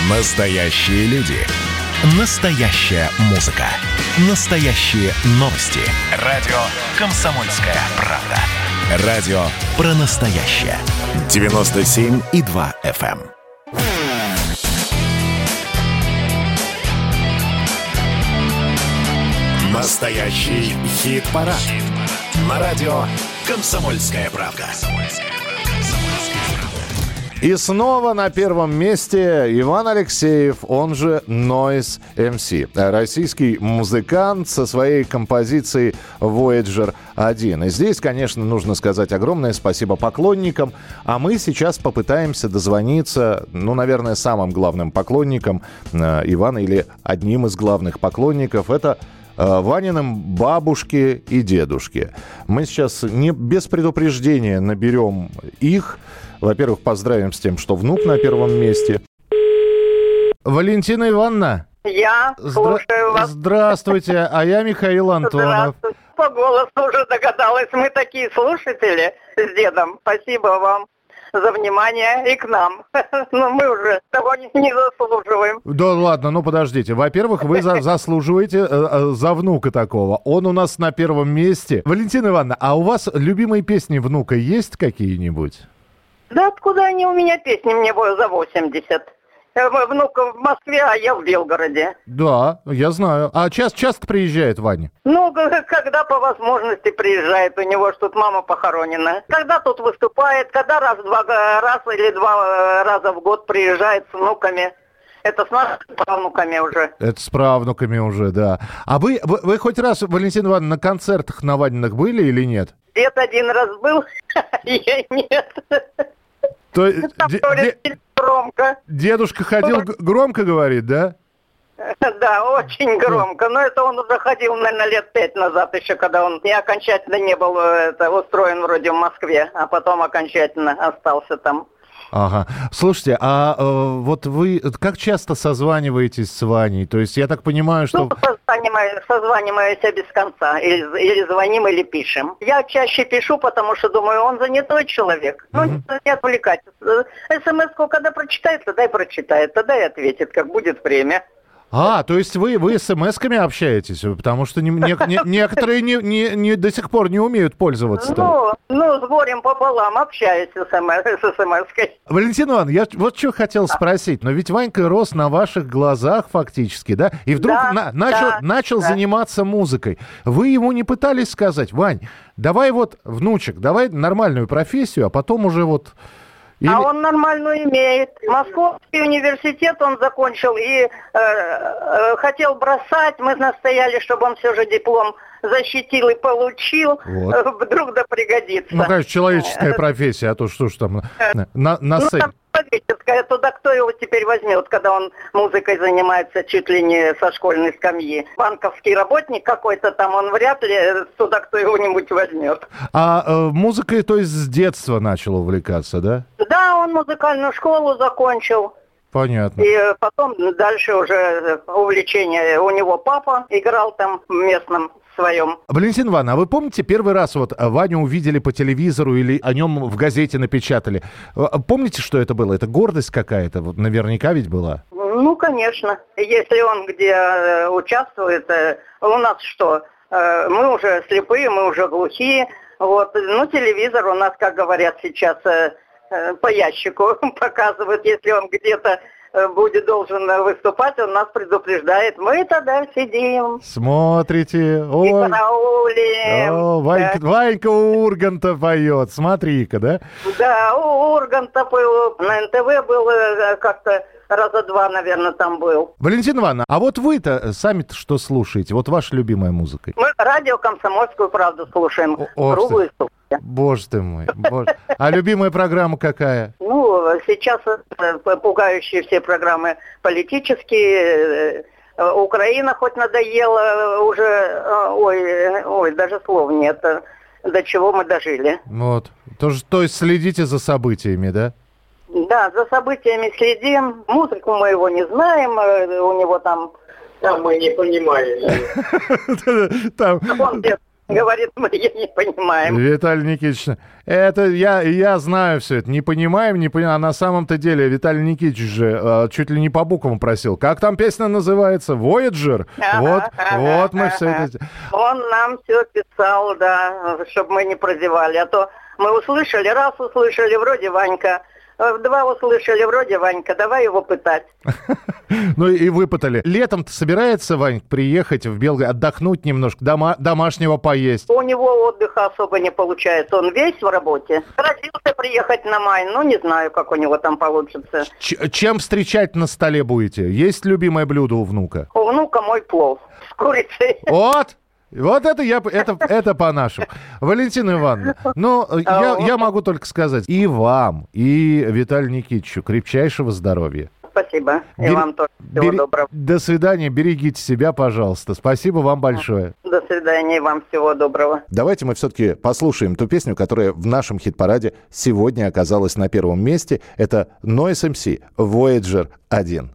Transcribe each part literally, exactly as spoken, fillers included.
Настоящие люди. Настоящая музыка. Настоящие новости. Радио «Комсомольская правда». Радио про настоящее. девяносто семь и два эф эм. Настоящий хит-парад. Хит на радио «Комсомольская правда». И снова на первом месте Иван Алексеев, он же Noise эм си. Российский музыкант со своей композицией Voyager один. И здесь, конечно, нужно сказать огромное спасибо поклонникам. А мы сейчас попытаемся дозвониться, ну, наверное, самым главным поклонником э, Ивана, или одним из главных поклонников. Это э, Ваниным бабушки и дедушки. Мы сейчас не без предупреждения наберем их. Во-первых, поздравим с тем, что внук на первом месте. Валентина Ивановна. Я слушаю Здра- вас. Здравствуйте, а я Михаил Антонов. Здравствуйте. По голосу уже догадалась. Мы такие слушатели с дедом. Спасибо вам за внимание и к нам. Но мы уже того не заслуживаем. Да ладно, ну подождите. Во-первых, вы за- заслуживаете э, э, за внука такого. Он у нас на первом месте. Валентина Ивановна, а у вас любимые песни внука есть какие-нибудь? Да откуда они у меня песни? Мне было за восемьдесят. Внук в Москве, а я в Белгороде. Да, я знаю. А часто, часто приезжает Ваня? Ну, когда по возможности приезжает, у него ж тут мама похоронена. Когда тут выступает, когда раз-два раз или два раза в год приезжает с внуками. Это с нашими правнуками уже. Это с правнуками уже, да. А вы, вы, вы хоть раз, Валентина Ивановна, на концертах на Ваниных были или нет? Дед один раз был, я нет. То, де, де, громко. Дедушка ходил г- громко, говорит, да? Да, очень громко. Но это он уже ходил, наверное, лет пять назад еще, когда он не окончательно не был это, устроен вроде в Москве, а потом окончательно остался там. Ага. Слушайте, а э, вот вы как часто созваниваетесь с Ваней? То есть я так понимаю, что... Ну, созваниваемся, созваниваемся без конца. Или, или звоним, или пишем. Я чаще пишу, потому что думаю, он занятой человек. Ну, mm-hmm. не, не отвлекать. СМС-ку когда прочитает, тогда и прочитает. Тогда и ответит, как будет время. А, то есть вы, вы смс-ками общаетесь? Потому что не, не, не, некоторые не, не, не, до сих пор не умеют пользоваться. Ну, ну, с горем пополам общаюсь с, СМС, с смс-кой. Валентина Ивановна, я вот что хотел спросить. Но ведь Ванька рос на ваших глазах фактически, да? И вдруг да, на, начал, да, начал да. заниматься музыкой. Вы ему не пытались сказать: Вань, давай вот, внучек, давай нормальную профессию, а потом уже вот... Или... А он нормальную имеет. Московский университет он закончил и э, э, хотел бросать. Мы настояли, чтобы он все же диплом защитил и получил. Вот. Э, вдруг да пригодится. Ну, конечно, человеческая профессия, а то что ж там на, на сцене. Ну, человеческая, туда кто его теперь возьмет, когда он музыкой занимается чуть ли не со школьной скамьи. Банковский работник какой-то там, он вряд ли туда кто его-нибудь возьмет. А э, музыкой, то есть с детства начал увлекаться, да? Да, он музыкальную школу закончил. Понятно. И потом дальше уже увлечение. У него папа играл там в местном своем. Валентина Ивановна, а вы помните первый раз вот Ваню увидели по телевизору или о нем в газете напечатали? Помните, что это было? Это гордость какая-то? Вот наверняка ведь была. Ну, конечно. Если он где э, участвует, э, у нас что? Э, мы уже слепые, мы уже глухие. Вот. Ну, телевизор у нас, как говорят сейчас, э, э, по ящику показывают, если он где-то будет должен выступать, он нас предупреждает. Мы тогда сидим. Смотрите. Ой. И караулим. О, Ванька, да. Ванька у Урганта поет. Смотри-ка, да? Да, у Урганта был. На эн тэ вэ был как-то раза два, наверное, там был. Валентина Ивановна, а вот вы-то сами-то что слушаете? Вот ваша любимая музыка. Мы радио «Комсомольскую правду» слушаем. О, круглые сутки. Боже ты мой. Боже. А любимая программа какая? Ну, сейчас пугающие все программы политические. Украина хоть надоела уже, ой, ой, даже слов нет, до чего мы дожили. Вот. То, то есть следите за событиями, да? Да, за событиями следим. Музыку мы его не знаем, у него там... Там мы не понимаем. Там... Говорит, мы не понимаем. Виталий Никитич, это я, я знаю все это. Не понимаем, не понимаем. А на самом-то деле Виталий Никитич же э, чуть ли не по буквам просил. Как там песня называется? Voyager? Ага, вот, ага, вот мы ага. все это... Он нам все писал, да, чтобы мы не прозевали. А то мы услышали, раз услышали, вроде Ванька. Два услышали, вроде Ванька, давай его пытать. Ну и выпытали. Летом-то собирается, Вань, приехать в Белгород, отдохнуть немножко, дома, домашнего поесть? У него отдыха особо не получается, он весь в работе. Родился приехать на май, ну не знаю, как у него там получится. Ч- чем встречать на столе будете? Есть любимое блюдо у внука? У внука мой плов с курицей. Вот! Вот это я, это, это по-нашему. Валентина Ивановна, ну, я, я могу только сказать и вам, и Виталию Никитичу крепчайшего здоровья. Спасибо. И Бери, вам тоже всего бери, доброго. До свидания, берегите себя, пожалуйста. Спасибо вам большое. До свидания, и вам всего доброго. Давайте мы все-таки послушаем ту песню, которая в нашем хит-параде сегодня оказалась на первом месте. Это Noise эм си Voyager один.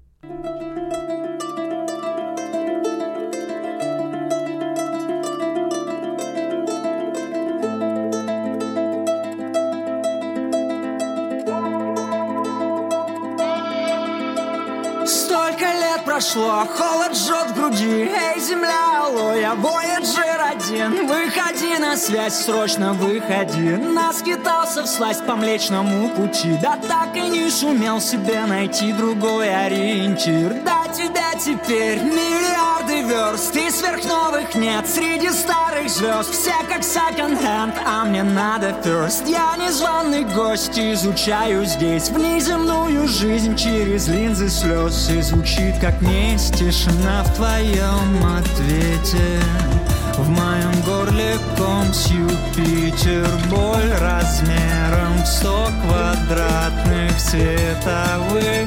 Прошло, холод жжет в груди. Эй, земля, алло, я Voyager один. Выходи на связь, срочно выходи. Наскитался всласть по Млечному пути. Да так и не сумел себе найти другой ориентир. До тебя теперь миллиарды верст, и сверхновых нет среди старых звезд. Все как секонд-хенд, а мне надо first. Я незваный гость, изучаю здесь внеземную жизнь через линзы слез. И звучит как месть тишина в твоем ответе. В моем горле ком с Юпитер. Боль размером в сто квадратных световых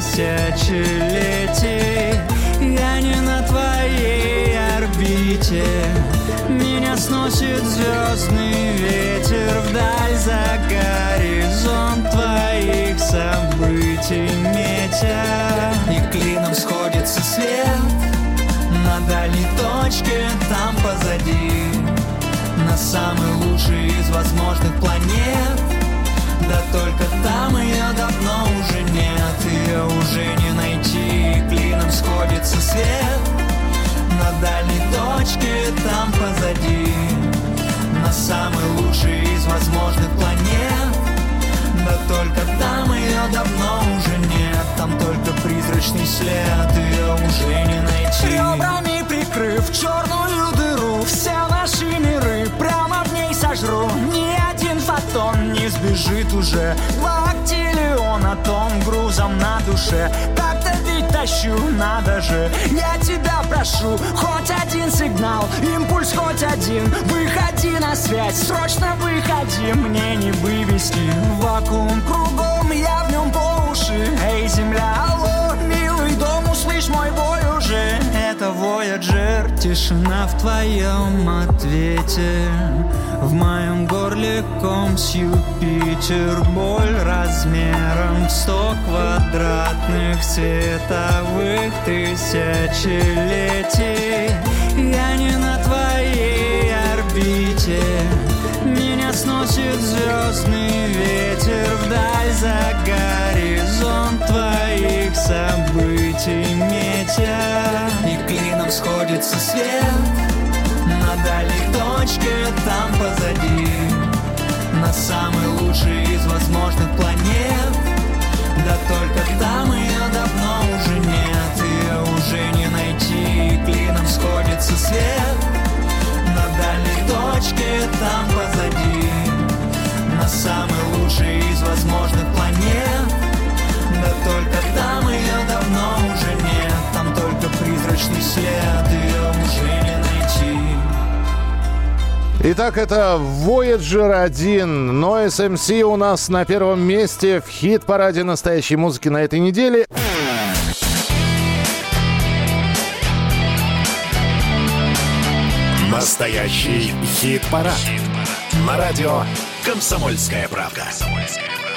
тысячелетий. Я не на твоей орбите. Меня сносит звездный ветер вдаль за горизонт твоих событий метя. И клином сходится свет на дальней точке там позади, на самой лучшей из возможных планет. Да только там ее давно уже нет, ее уже не найти. Клином сходится свет на дальней точке там позади, на самой лучшей из возможных планет. Да только там ее давно уже нет, там только призрачный след, ее уже не найти. Ребрами прикрыв черную дыру, все наши миры прямо в ней сожру. Ни один фотон не сбежит уже, галактиллиона тонн грузом на душе. Так-то ведь тащу, надо же, я тебя прошу, хоть один сигнал, импульс хоть один. Выходи на связь, срочно выходи, мне не вывести. Вакуум кругом, я в нем по уши. Эй, земля, алло, милый дом, услышь мой вой уже. Это Voyager, тишина в твоем ответе. В моем горле ком с Юпитер. Боль размером в сто квадратных световых тысячелетий. Я не на твоей орбите. Меня сносит звездный ветер вдаль за горизонт твоих событий метя. И клином сходится свет на дальней точке там позади, на самой лучшей из возможных планет. Да только там ее давно уже нет, ее уже не найти. Клином сходится свет на дальней точке там позади, на самой лучшей из возможных планет. Да только там ее давно уже нет, там только призрачный след, ее уже не найти. Итак, это Voyager один. Noise эм си у нас на первом месте в хит-параде настоящей музыки на этой неделе. Настоящий хит-парад. Хит-парад. На радио «Комсомольская правда».